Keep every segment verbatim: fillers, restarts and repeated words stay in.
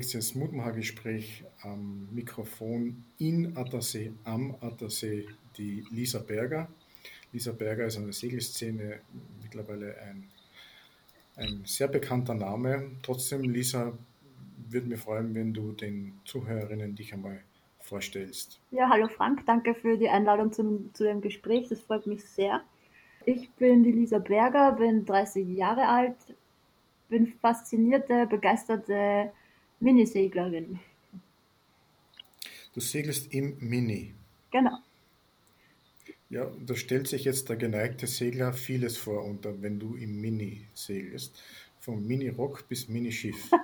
nächstes Mutmacher-Gespräch am Mikrofon in Attersee, am Attersee, die Lisa Berger. Lisa Berger ist an der Segelszene mittlerweile ein, ein sehr bekannter Name. Trotzdem, Lisa, würde mich freuen, wenn du den Zuhörerinnen dich einmal vorstellst. Ja, hallo Frank, danke für die Einladung zum, zu dem Gespräch, das freut mich sehr. Ich bin die Lisa Berger, bin dreißig Jahre alt, bin faszinierte, begeisterte Miniseglerin. Du segelst im Mini. Genau. Ja, da stellt sich jetzt der geneigte Segler vieles vor, unter, wenn du im Mini segelst. Vom Mini-Rock bis Mini-Schiff.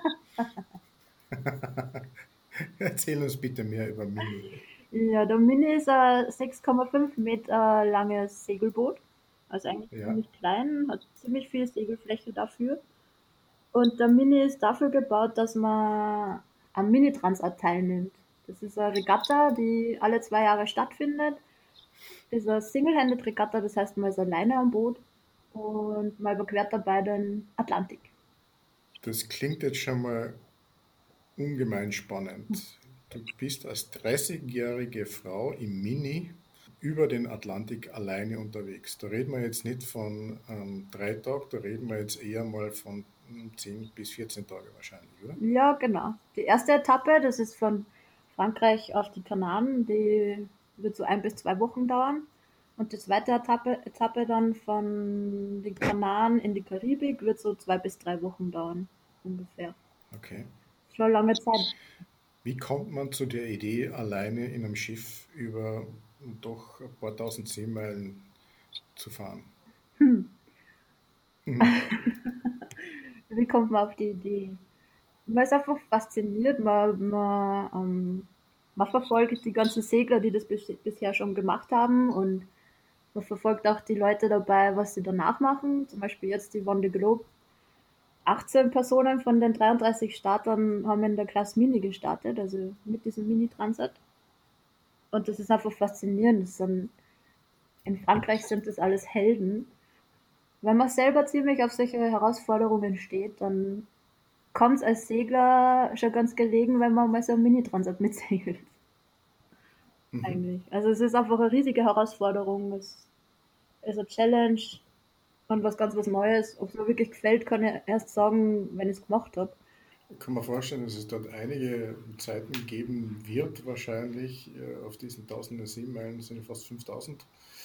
Erzähl uns bitte mehr über Mini. Ja, der Mini ist ein sechs Komma fünf Meter langes Segelboot. Also eigentlich Ja, ziemlich klein, hat ziemlich viel Segelfläche dafür. Und der Mini ist dafür gebaut, dass man am Mini-Transat teilnimmt. Das ist eine Regatta, die alle zwei Jahre stattfindet. Das ist eine Single-Handed-Regatta, das heißt, man ist alleine am Boot und man überquert dabei den Atlantik. das klingt jetzt schon mal ungemein spannend. Du bist als dreißigjährige Frau im Mini über den Atlantik alleine unterwegs. Da reden wir jetzt nicht von ähm, drei Tagen, da reden wir jetzt eher mal von zehn bis vierzehn Tage wahrscheinlich, oder? Ja, genau. Die erste Etappe, das ist von Frankreich auf die Kanaren, die wird so ein bis zwei Wochen dauern. Und die zweite Etappe, Etappe dann von den Kanaren in die Karibik wird so zwei bis drei Wochen dauern, ungefähr. Okay. Schon lange Zeit. Wie kommt man zu der Idee, alleine in einem Schiff über doch ein paar tausend Seemeilen zu fahren? Hm. Mhm. Wie kommt man auf die Idee? Man ist einfach fasziniert, man, man, ähm, man verfolgt die ganzen Segler, die das bis, bisher schon gemacht haben und man verfolgt auch die Leute dabei, was sie danach machen. Zum Beispiel jetzt die Vendée Globe. achtzehn Personen von den dreiunddreißig Startern haben in der Klasse Mini gestartet, also mit diesem Mini-Transat. Und das ist einfach faszinierend. Das sind, in Frankreich sind das alles Helden. Wenn man selber ziemlich auf solche Herausforderungen steht, dann kommt es als Segler schon ganz gelegen, wenn man mal so ein Mini-Transat mitsegelt. Mhm. Eigentlich. Also es ist einfach eine riesige Herausforderung. Es ist eine Challenge und was ganz was Neues. Ob es mir wirklich gefällt, kann ich erst sagen, wenn ich es gemacht habe. Ich kann mir vorstellen, dass es dort einige Zeiten geben wird, wahrscheinlich äh, auf diesen tausenden Seemeilen, sind ja fast fünftausend,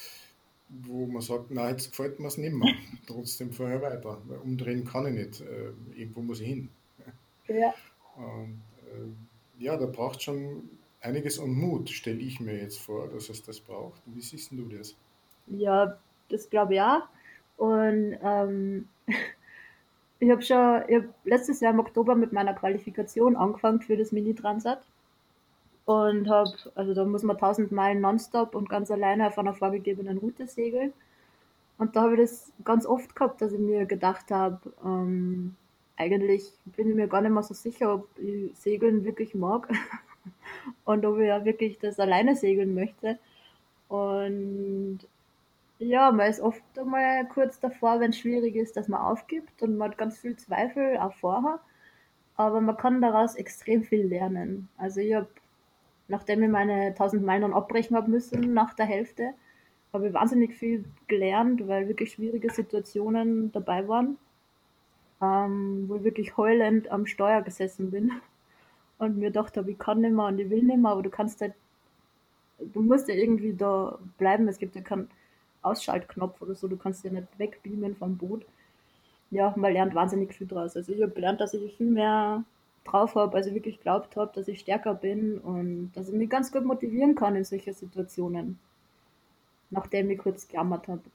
wo man sagt, na, jetzt gefällt mir es nicht mehr. Trotzdem fahre ich weiter, weil umdrehen kann ich nicht. Äh, irgendwo muss ich hin. Ja, Und äh, ja, da braucht schon einiges an Mut, stelle ich mir jetzt vor, dass es das braucht. Wie siehst denn du das? ja, das glaube ich auch. Und ähm, ich habe schon, ich hab letztes Jahr im Oktober mit meiner Qualifikation angefangen für das Mini-Transat und habe, also da muss man tausend Meilen nonstop und ganz alleine auf einer vorgegebenen Route segeln. Und da habe ich das ganz oft gehabt, dass ich mir gedacht habe, ähm, eigentlich bin ich mir gar nicht mehr so sicher, ob ich Segeln wirklich mag und ob ich ja wirklich das alleine segeln möchte. Und ja, man ist oft einmal kurz davor, wenn es schwierig ist, dass man aufgibt und man hat ganz viel Zweifel auch vorher. Aber man kann daraus extrem viel lernen. Also ich habe, nachdem ich meine tausend Meilen dann abbrechen habe müssen nach der Hälfte, habe ich wahnsinnig viel gelernt, weil wirklich schwierige Situationen dabei waren, ähm, wo ich wirklich heulend am Steuer gesessen bin und mir gedacht habe, ich kann nicht mehr und ich will nicht mehr, aber du kannst halt, du musst ja irgendwie da bleiben. Es gibt ja keinen Ausschaltknopf oder so, du kannst ja nicht wegbeamen vom Boot. Ja, man lernt wahnsinnig viel draus. Also ich habe gelernt, dass ich viel mehr drauf habe, als ich wirklich glaubt habe, dass ich stärker bin und dass ich mich ganz gut motivieren kann in solchen Situationen, nachdem ich kurz gejammert habe.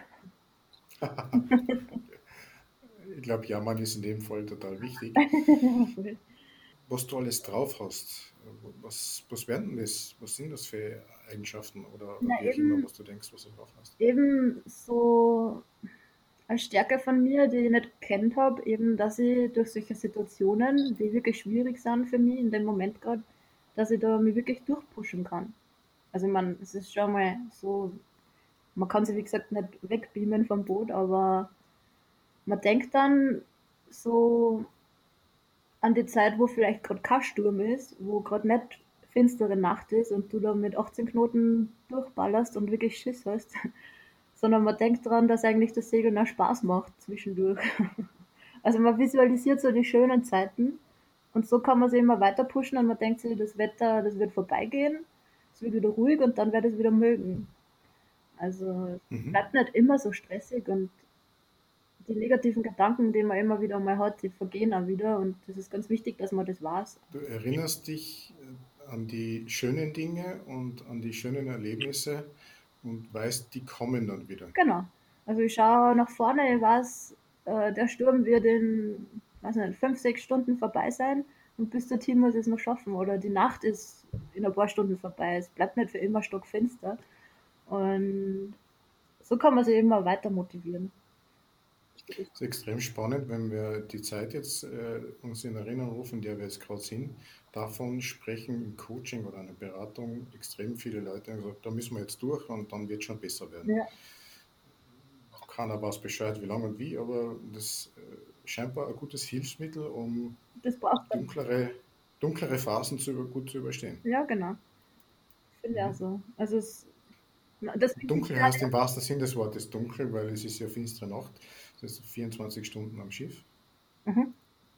Ich glaube, Jammern ist in dem Fall total wichtig. Was du alles drauf hast, was, was wären denn das? Was sind das für Eigenschaften oder, oder Na, wie auch immer, eben, was du denkst, was du drauf hast? eben so eine Stärke von mir, die ich nicht kennt habe, eben, dass ich durch solche Situationen, die wirklich schwierig sind für mich in dem Moment gerade, dass ich da mich wirklich durchpushen kann. Also ich meine, es ist schon mal so, man kann sich wie gesagt nicht wegbeamen vom Boot, aber man denkt dann so an die Zeit, wo vielleicht gerade kein Sturm ist, wo gerade nicht finstere Nacht ist und du da mit achtzehn Knoten durchballerst und wirklich Schiss hast, sondern man denkt dran, dass eigentlich das Segeln auch Spaß macht zwischendurch. Also man visualisiert so die schönen Zeiten und so kann man sich immer weiter pushen und man denkt sich, das Wetter, das wird vorbeigehen, es wird wieder ruhig und dann wird es wieder mögen. Also es Mhm. bleibt nicht immer so stressig und die negativen Gedanken, die man immer wieder mal hat, die vergehen auch wieder und das ist ganz wichtig, dass man das weiß. Du erinnerst dich äh, an die schönen Dinge und an die schönen Erlebnisse und weißt, die kommen dann wieder. Genau. Also ich schaue nach vorne, ich weiß, äh, der Sturm wird in, weiß nicht, fünf, sechs Stunden vorbei sein und bis dorthin muss ich es noch schaffen. Oder die Nacht ist in ein paar Stunden vorbei. Es bleibt nicht für immer stockfinster. Und so kann man sich immer weiter motivieren. Es ist extrem spannend, wenn wir die Zeit jetzt äh, uns in Erinnerung rufen, in der wir jetzt gerade sind. Davon sprechen im Coaching oder einer Beratung extrem viele Leute und gesagt, da müssen wir jetzt durch und dann wird es schon besser werden. Ja, Keiner weiß Bescheid, wie lange und wie, aber das äh, scheinbar ein gutes Hilfsmittel, um das braucht man. dunklere, dunklere Phasen zu, über- gut zu überstehen. Ja, genau. Finde ich auch Mhm. so. Also es, das Wichtigste, Dunkel heißt im wahrsten Sinn des Wortes dunkel, weil es ist ja finstere Nacht. Das heißt vierundzwanzig Stunden am Schiff. mhm.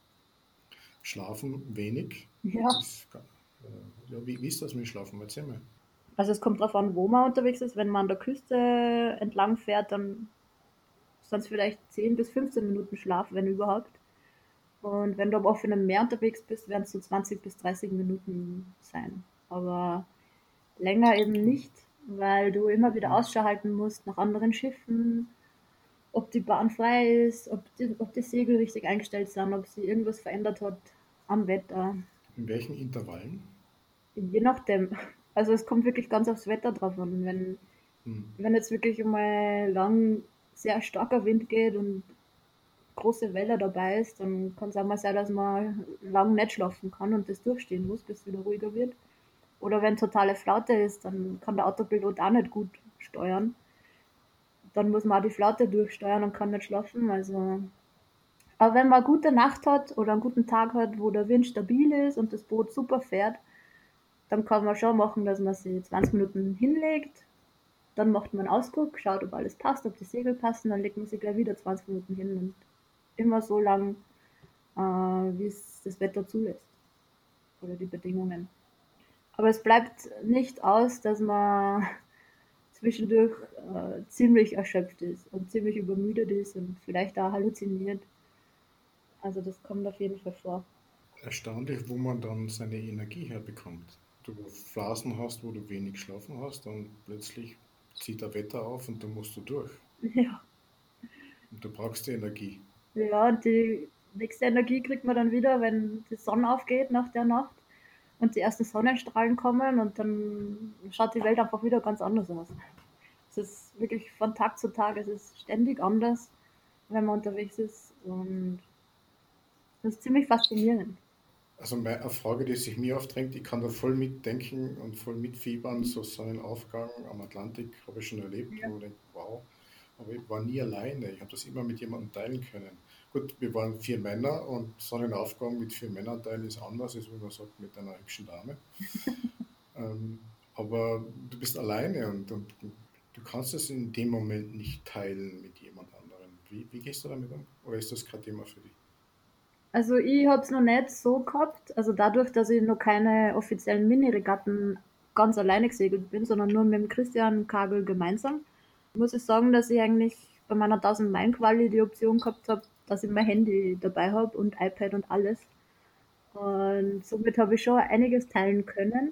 Schlafen wenig. Ja. Ist, äh, ja, wie, wie ist das mit Schlafen? Erzähl mal. Also es kommt darauf an, wo man unterwegs ist. Wenn man an der Küste entlang fährt, dann sind es vielleicht zehn bis fünfzehn Minuten Schlaf, wenn überhaupt. Und wenn du aber auf einem Meer unterwegs bist, werden es so zwanzig bis dreißig Minuten sein. Aber länger eben nicht, weil du immer wieder Mhm. Ausschau halten musst nach anderen Schiffen, ob die Bahn frei ist, ob die, ob die Segel richtig eingestellt sind, ob sie irgendwas verändert hat am Wetter. In welchen Intervallen? Je nachdem. Also es kommt wirklich ganz aufs Wetter drauf an. Wenn, Mhm. wenn jetzt wirklich mal lang sehr starker Wind geht und große Welle dabei ist, dann kann es auch mal sein, dass man lang nicht schlafen kann und das durchstehen muss, bis es wieder ruhiger wird. Oder wenn totale Flaute ist, dann kann der Autopilot auch nicht gut steuern. Dann muss man auch die Flaute durchsteuern und kann nicht schlafen. Also, aber wenn man eine gute Nacht hat oder einen guten Tag hat, wo der Wind stabil ist und das Boot super fährt, dann kann man schon machen, dass man sich zwanzig Minuten hinlegt. Dann macht man einen Ausguck, schaut, ob alles passt, ob die Segel passen, dann legt man sich gleich wieder zwanzig Minuten hin und immer so lang, äh, wie es das Wetter zulässt oder die Bedingungen. Aber es bleibt nicht aus, dass man zwischendurch äh, ziemlich erschöpft ist und ziemlich übermüdet ist und vielleicht auch halluziniert. Also das kommt auf jeden Fall vor. Erstaunlich, wo man dann seine Energie herbekommt. Du Phasen hast, wo du wenig schlafen hast, dann plötzlich zieht der Wetter auf und dann musst du durch. Ja, Und du brauchst die Energie. ja, und die nächste Energie kriegt man dann wieder, wenn die Sonne aufgeht nach der Nacht und die ersten Sonnenstrahlen kommen und dann schaut die Welt einfach wieder ganz anders aus. Es ist wirklich von Tag zu Tag, es ist ständig anders, wenn man unterwegs ist und das ist ziemlich faszinierend. Also eine Frage, die sich mir aufdrängt, ich kann da voll mitdenken und voll mitfiebern, so Sonnenaufgang am Atlantik habe ich schon erlebt, Ja, wo ich denke, wow, aber ich war nie alleine, ich habe das immer mit jemandem teilen können. Gut, wir waren vier Männer und Sonnenaufgang mit vier Männern teilen ist anders, als wenn man sagt, mit einer hübschen Dame. Ähm, aber du bist alleine und, und du kannst es in dem Moment nicht teilen mit jemand anderem. Wie, wie gehst du damit um? Oder ist das kein Thema für dich? also ich habe es noch nicht so gehabt, also dadurch, dass ich noch keine offiziellen Mini-Regatten ganz alleine gesegelt bin, sondern nur mit dem Christian Kagel gemeinsam, muss ich sagen, dass ich eigentlich bei meiner tausend Meilen Quali die Option gehabt habe, dass ich mein Handy dabei habe und iPad und alles. Und somit habe ich schon einiges teilen können.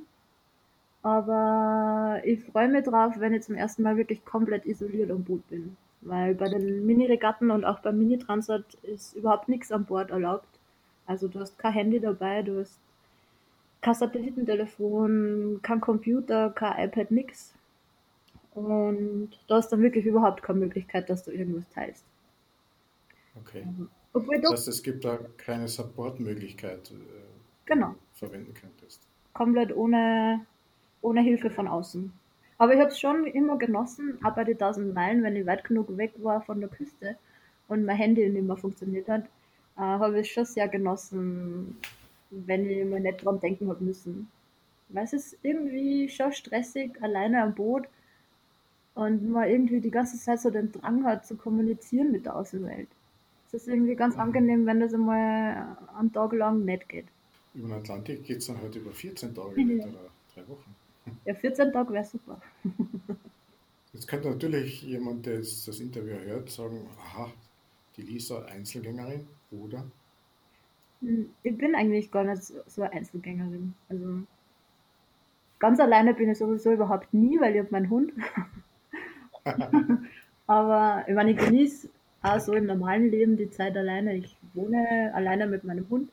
Aber ich freue mich drauf, wenn ich zum ersten Mal wirklich komplett isoliert am Boot bin. Weil bei den Mini-Regatten und auch beim Mini-Transat ist überhaupt nichts an Bord erlaubt. Also du hast kein Handy dabei, du hast kein Satellitentelefon, kein Computer, kein iPad, nix. Und du hast dann wirklich überhaupt keine Möglichkeit, dass du irgendwas teilst. Okay. Obwohl Das doch, heißt, es gibt da keine Supportmöglichkeit, äh, die genau, du verwenden könntest. komplett ohne, ohne Hilfe von außen. Aber ich habe es schon immer genossen, auch bei den tausend Meilen, wenn ich weit genug weg war von der Küste und mein Handy nicht mehr funktioniert hat, äh, habe ich schon sehr genossen, wenn ich mal nicht dran denken habe müssen. Weil es ist irgendwie schon stressig, alleine am Boot und man irgendwie die ganze Zeit so den Drang hat, zu kommunizieren mit der Außenwelt. Es ist irgendwie ganz Mhm. angenehm, wenn das einmal einen Tag lang nicht geht. Über den Atlantik geht es dann halt über vierzehn Tage nicht Ja, oder drei Wochen. ja vierzehn Tage wäre super. Jetzt könnte natürlich jemand, der jetzt das Interview hört, sagen, aha, die Lisa Einzelgängerin oder Hm, Ich bin eigentlich gar nicht so so eine Einzelgängerin. Also ganz alleine bin ich sowieso überhaupt nie, weil ich habe meinen Hund. Aber ich meine, ich genieße auch so im normalen Leben die Zeit alleine. Ich wohne alleine mit meinem Hund.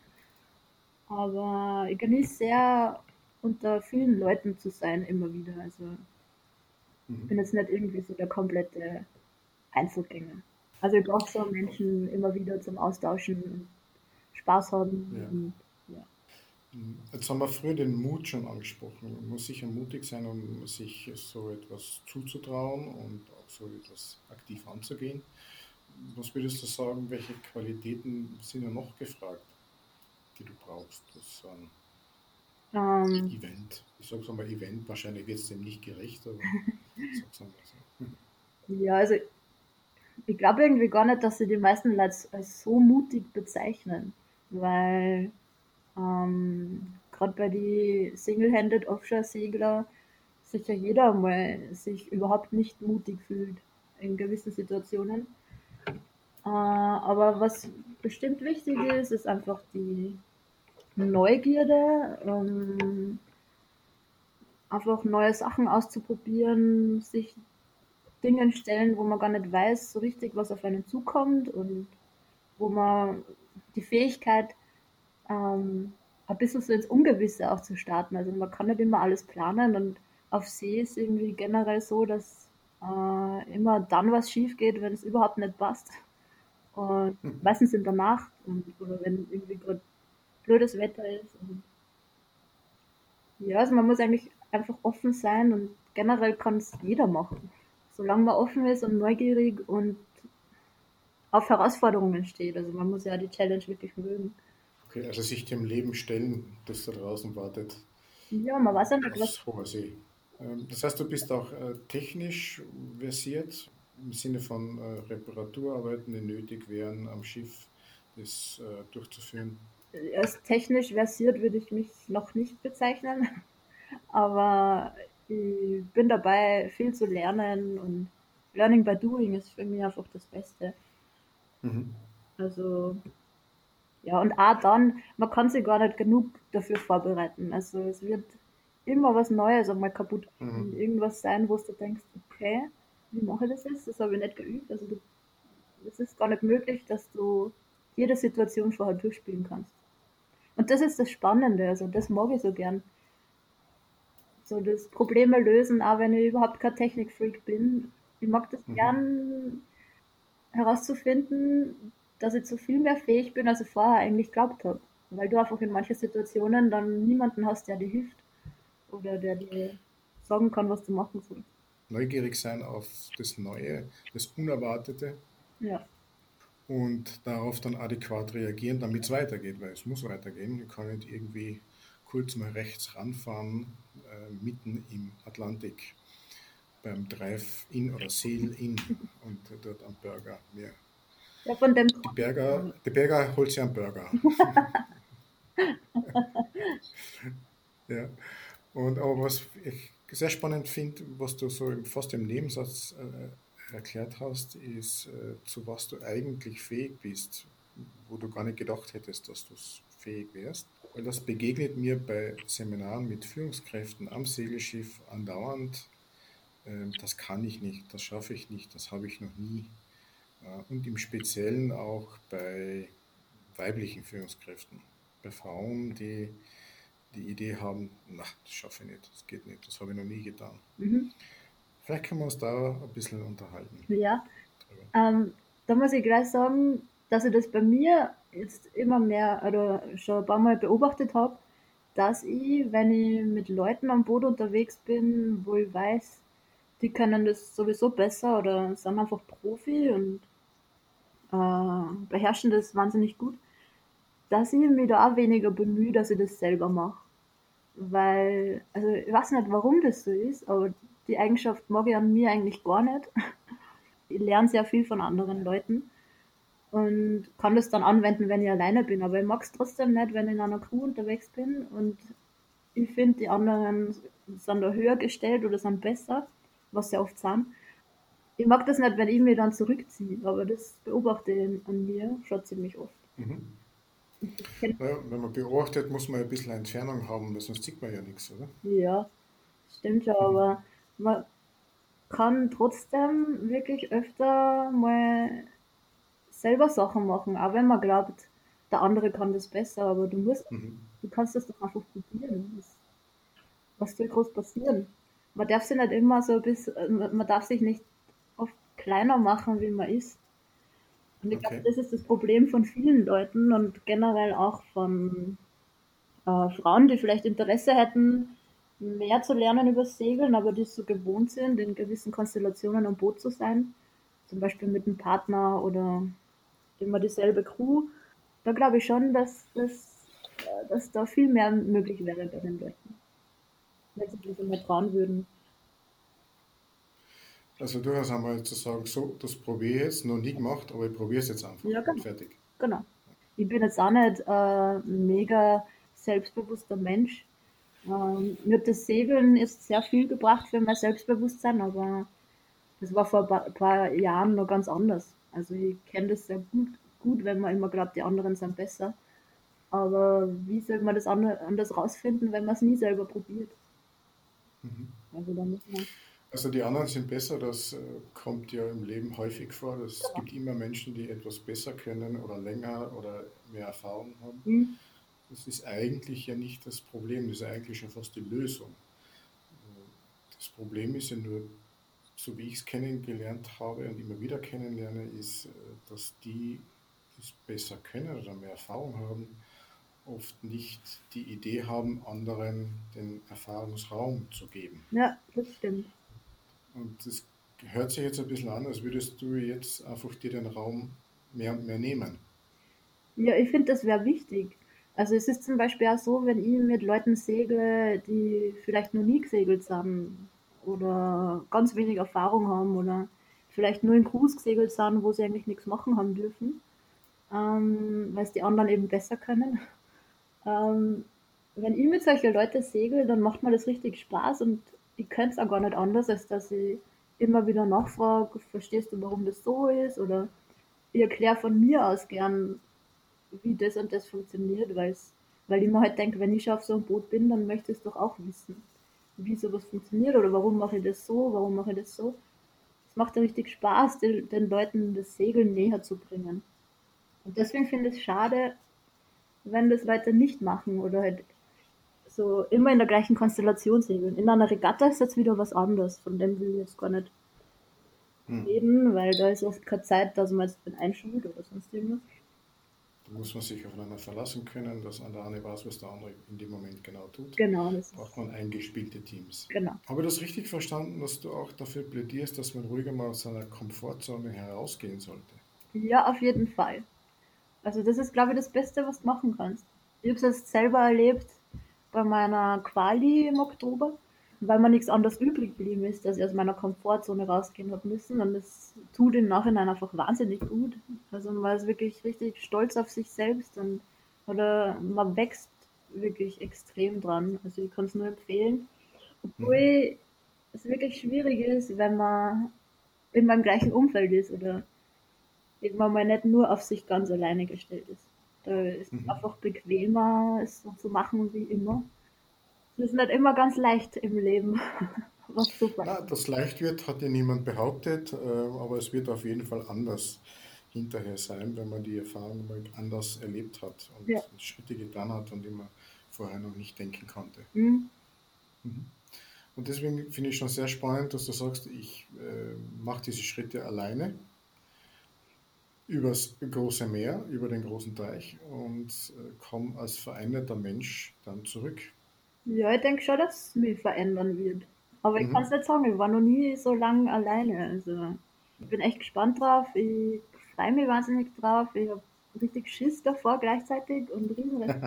Aber ich genieße sehr, unter vielen Leuten zu sein, immer wieder. Also ich mhm. bin jetzt nicht irgendwie so der komplette Einzelgänger. Also ich brauche so Menschen immer wieder zum Austauschen und Spaß haben. Ja. Und, ja. Jetzt haben wir früher den Mut schon angesprochen. Man muss sicher mutig sein, um sich so etwas zuzutrauen und auch so etwas aktiv anzugehen. Was würdest du sagen, welche Qualitäten sind ja noch gefragt, die du brauchst? Das so ein Ähm, Event. Ich sage es einmal Event, wahrscheinlich wird es dem nicht gerecht, aber ich sage es einmal so. ja, also ich glaube irgendwie gar nicht, dass sie die meisten Leute als so mutig bezeichnen, weil ähm, gerade bei den Single-Handed Offshore-Segler sicher jeder mal sich überhaupt nicht mutig fühlt in gewissen Situationen. Äh, aber was bestimmt wichtig ist, ist einfach die Neugierde, ähm, einfach neue Sachen auszuprobieren, sich Dingen stellen, wo man gar nicht weiß so richtig, was auf einen zukommt und wo man die Fähigkeit, ähm, ein bisschen so ins Ungewisse auch zu starten. Also man kann nicht immer alles planen und auf See ist irgendwie generell so, dass äh, immer dann was schief geht, wenn es überhaupt nicht passt. Und meistens in der Nacht und, oder wenn irgendwie gerade blödes Wetter ist. Und ja, also man muss eigentlich einfach offen sein und generell kann es jeder machen. Solange man offen ist und neugierig und auf Herausforderungen steht. Also man muss ja die Challenge wirklich mögen. Okay, also sich dem Leben stellen, das da draußen wartet, Ja, man weiß ja nicht, was. aus hoher See. Ähm, Das heißt, du bist auch äh, technisch versiert im Sinne von äh, Reparaturarbeiten, die nötig wären am Schiff, das äh, durchzuführen. Als technisch versiert würde ich mich noch nicht bezeichnen, aber ich bin dabei, viel zu lernen und Learning by Doing ist für mich einfach das Beste. Mhm. Also, ja, und auch dann, man kann sich gar nicht genug dafür vorbereiten. Also, es wird immer was Neues einmal kaputt und Mhm. irgendwas sein, wo du denkst, okay, wie mache ich das jetzt? Das habe ich nicht geübt. Also, du, es ist gar nicht möglich, dass du jede Situation vorher durchspielen kannst. Und das ist das Spannende, also das mag ich so gern. So das Probleme lösen, auch wenn ich überhaupt kein Technikfreak bin. Ich mag das Mhm. gern herauszufinden, dass ich zu viel mehr fähig bin, als ich vorher eigentlich glaubt habe. Weil du einfach in manchen Situationen dann niemanden hast, der dir hilft oder der dir sagen kann, was du machen sollst. Neugierig sein auf das Neue, das Unerwartete Ja. und darauf dann adäquat reagieren, damit es weitergeht, weil es muss weitergehen. Ich kann nicht irgendwie kurz mal rechts ranfahren, äh, mitten im Atlantik beim Drive-In oder Sail-In und dort am Burger mir. Ja, von dem Die träume ich gar Berger, nicht. der Berger holt sich einen Burger. Ja. Und aber was ich sehr spannend finde, was du so im, fast im Nebensatz äh, erklärt hast, ist, äh, zu was du eigentlich fähig bist, wo du gar nicht gedacht hättest, dass du fähig wärst. Weil das begegnet mir bei Seminaren mit Führungskräften am Segelschiff andauernd. Ähm, das kann ich nicht, das schaffe ich nicht, das habe ich noch nie. Äh, und im Speziellen auch bei weiblichen Führungskräften, bei Frauen, die die Idee haben, na, das schaffe ich nicht, das geht nicht, das habe ich noch nie getan. Mhm. Vielleicht können wir uns da ein bisschen unterhalten Ja, drüber. ähm, da muss ich gleich sagen, dass ich das bei mir jetzt immer mehr oder schon ein paar Mal beobachtet habe, dass ich, wenn ich mit Leuten am Boot unterwegs bin, wo ich weiß, die können das sowieso besser oder sind einfach Profi und äh, beherrschen das wahnsinnig gut, dass ich mich da auch weniger bemühe, dass ich das selber mache. Weil, also ich weiß nicht, warum das so ist, aber die Eigenschaft mag ich an mir eigentlich gar nicht. Ich lerne sehr viel von anderen Leuten und kann das dann anwenden, wenn ich alleine bin. Aber ich mag es trotzdem nicht, wenn ich in einer Crew unterwegs bin und ich finde, die anderen sind da höher gestellt oder sind besser, was sie oft sind. Ich mag das nicht, wenn ich mich dann zurückziehe, aber das beobachte ich an mir schon ziemlich oft. Mhm. Ich kenn, Ja, wenn man beobachtet, muss man ein bisschen Entfernung haben, weil sonst sieht man ja nichts, oder? ja, stimmt schon, Mhm. aber man kann trotzdem wirklich öfter mal selber Sachen machen, auch wenn man glaubt, der andere kann das besser, aber du musst, Mhm. du kannst das doch einfach probieren. Das, was soll groß passieren? Man darf sich nicht immer so bis, man darf sich nicht oft kleiner machen, wie man ist. Und ich glaube, Okay. das ist das Problem von vielen Leuten und generell auch von äh, Frauen, die vielleicht Interesse hätten, mehr zu lernen über Segeln, aber die so gewohnt sind, in gewissen Konstellationen am Boot zu sein, zum Beispiel mit einem Partner oder immer dieselbe Crew. Da glaube ich schon, dass, dass, äh, dass da viel mehr möglich wäre bei den Leuten, wenn sie sich einmal trauen würden. Also durchaus einmal zu sagen, so, das probiere ich jetzt, noch nie gemacht, aber ich probiere es jetzt einfach Ja, und genau. fertig. genau. Ich bin jetzt auch nicht äh, ein mega selbstbewusster Mensch. Ähm, mir hat das Segeln ist sehr viel gebracht für mein Selbstbewusstsein, aber das war vor ein paar, paar Jahren noch ganz anders. Also ich kenne das sehr gut, gut, wenn man immer glaubt, die anderen sind besser. Aber wie soll man das andere- anders rausfinden, wenn man es nie selber probiert? Mhm. Also da muss man, Also die anderen sind besser, das äh, kommt ja im Leben häufig vor. Es genau. gibt immer Menschen, die etwas besser können oder länger oder mehr Erfahrung haben. Hm? Das ist eigentlich ja nicht das Problem, das ist eigentlich schon fast die Lösung. Das Problem ist ja nur, so wie ich es kennengelernt habe und immer wieder kennenlerne, ist, äh, dass die, die es besser können oder mehr Erfahrung haben, oft nicht die Idee haben, anderen den Erfahrungsraum zu geben. Ja, das stimmt. Und das hört sich jetzt ein bisschen an, als würdest du jetzt einfach dir den Raum mehr und mehr nehmen. Ja, ich finde, das wäre wichtig. Also es ist zum Beispiel auch so, wenn ich mit Leuten segle, die vielleicht noch nie gesegelt sind oder ganz wenig Erfahrung haben oder vielleicht nur in Cruise gesegelt sind, wo sie eigentlich nichts machen haben dürfen, ähm, weil es die anderen eben besser können. Ähm, wenn ich mit solchen Leuten segel, dann macht mir das richtig Spaß und ich könnte es auch gar nicht anders, als dass ich immer wieder nachfrage, verstehst du, warum das so ist? Oder ich erkläre von mir aus gern, wie das und das funktioniert, weil's, weil ich mir halt denke, wenn ich schon auf so einem Boot bin, dann möchte ich es doch auch wissen, wie sowas funktioniert oder warum mache ich das so, warum mache ich das so. Es macht ja richtig Spaß, den, den Leuten das Segeln näher zu bringen. Und deswegen finde ich es schade, wenn das Leute nicht machen oder halt so immer in der gleichen Konstellation segeln. In einer Regatta ist jetzt wieder was anderes, von dem will ich jetzt gar nicht Hm. reden, weil da ist oft keine Zeit, dass man jetzt den einschult oder sonst irgendwas. Da muss man sich aufeinander verlassen können, dass der eine weiß, was der andere in dem Moment genau tut. Genau, das Braucht ist, man eingespielte Teams. genau. Habe ich das richtig verstanden, dass du auch dafür plädierst, dass man ruhiger mal aus seiner Komfortzone herausgehen sollte? Ja, auf jeden Fall. Also das ist, glaube ich, das Beste, was du machen kannst. Ich habe es jetzt selber erlebt bei meiner Quali im Oktober, weil mir nichts anderes übrig geblieben ist, dass ich aus meiner Komfortzone rausgehen habe müssen. Und das tut im Nachhinein einfach wahnsinnig gut. Also man ist wirklich richtig stolz auf sich selbst und oder man wächst wirklich extrem dran. Also ich kann es nur empfehlen. Mhm. Obwohl es wirklich schwierig ist, wenn man in meinem gleichen Umfeld ist oder irgendwann mal nicht nur auf sich ganz alleine gestellt ist. Da ist es Mhm. einfach bequemer, es so zu machen wie immer. Es ist nicht immer ganz leicht im Leben, was zu Na, verändern. dass leicht wird, hat ja niemand behauptet, äh, aber es wird auf jeden Fall anders hinterher sein, wenn man die Erfahrung mal anders erlebt hat Ja. und Schritte getan hat, an die man vorher noch nicht denken konnte. Hm. Mhm. Und deswegen finde ich schon sehr spannend, dass du sagst, ich äh, mache diese Schritte alleine übers große Meer, über den großen Teich und äh, komme als vereinterter Mensch dann zurück. Ja, ich denke schon, dass es mich verändern wird. Aber ich kann es Mhm. nicht sagen, ich war noch nie so lange alleine. Also ich bin echt gespannt drauf. Ich freue mich wahnsinnig drauf. Ich habe richtig Schiss davor gleichzeitig und Riesenrespekt.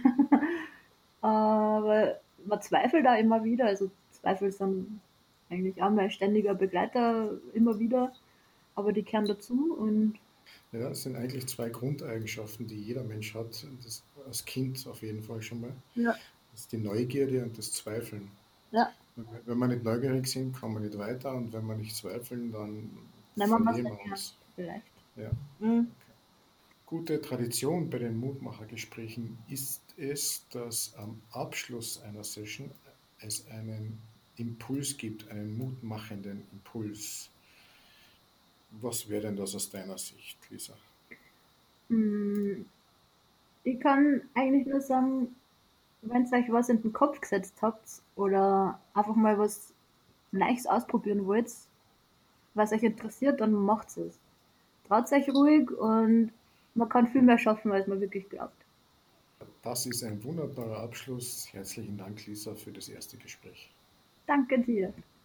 Aber man zweifelt da immer wieder, also Zweifel sind eigentlich auch mein ständiger Begleiter immer wieder, aber die kehren dazu und Ja, es sind eigentlich zwei Grundeigenschaften, die jeder Mensch hat, das als Kind auf jeden Fall schon mal. ja, Das ist die Neugierde und das Zweifeln. ja, Wenn wir nicht neugierig sind, kommen wir nicht weiter und wenn wir nicht zweifeln, dann nehmen wir was verlieren nicht wir ernst uns. vielleicht. Ja, Mhm. okay. Gute Tradition bei den Mutmachergesprächen ist es, dass am Abschluss einer Session es einen Impuls gibt, einen mutmachenden Impuls. Was wäre denn das aus deiner Sicht, Lisa? Mm, Ich kann eigentlich nur sagen, wenn ihr euch was in den Kopf gesetzt habt oder einfach mal was Neues ausprobieren wollt, was euch interessiert, dann macht es. Traut euch ruhig und man kann viel mehr schaffen, als man wirklich glaubt. Das ist ein wunderbarer Abschluss. Herzlichen Dank, Lisa, für das erste Gespräch. Danke dir.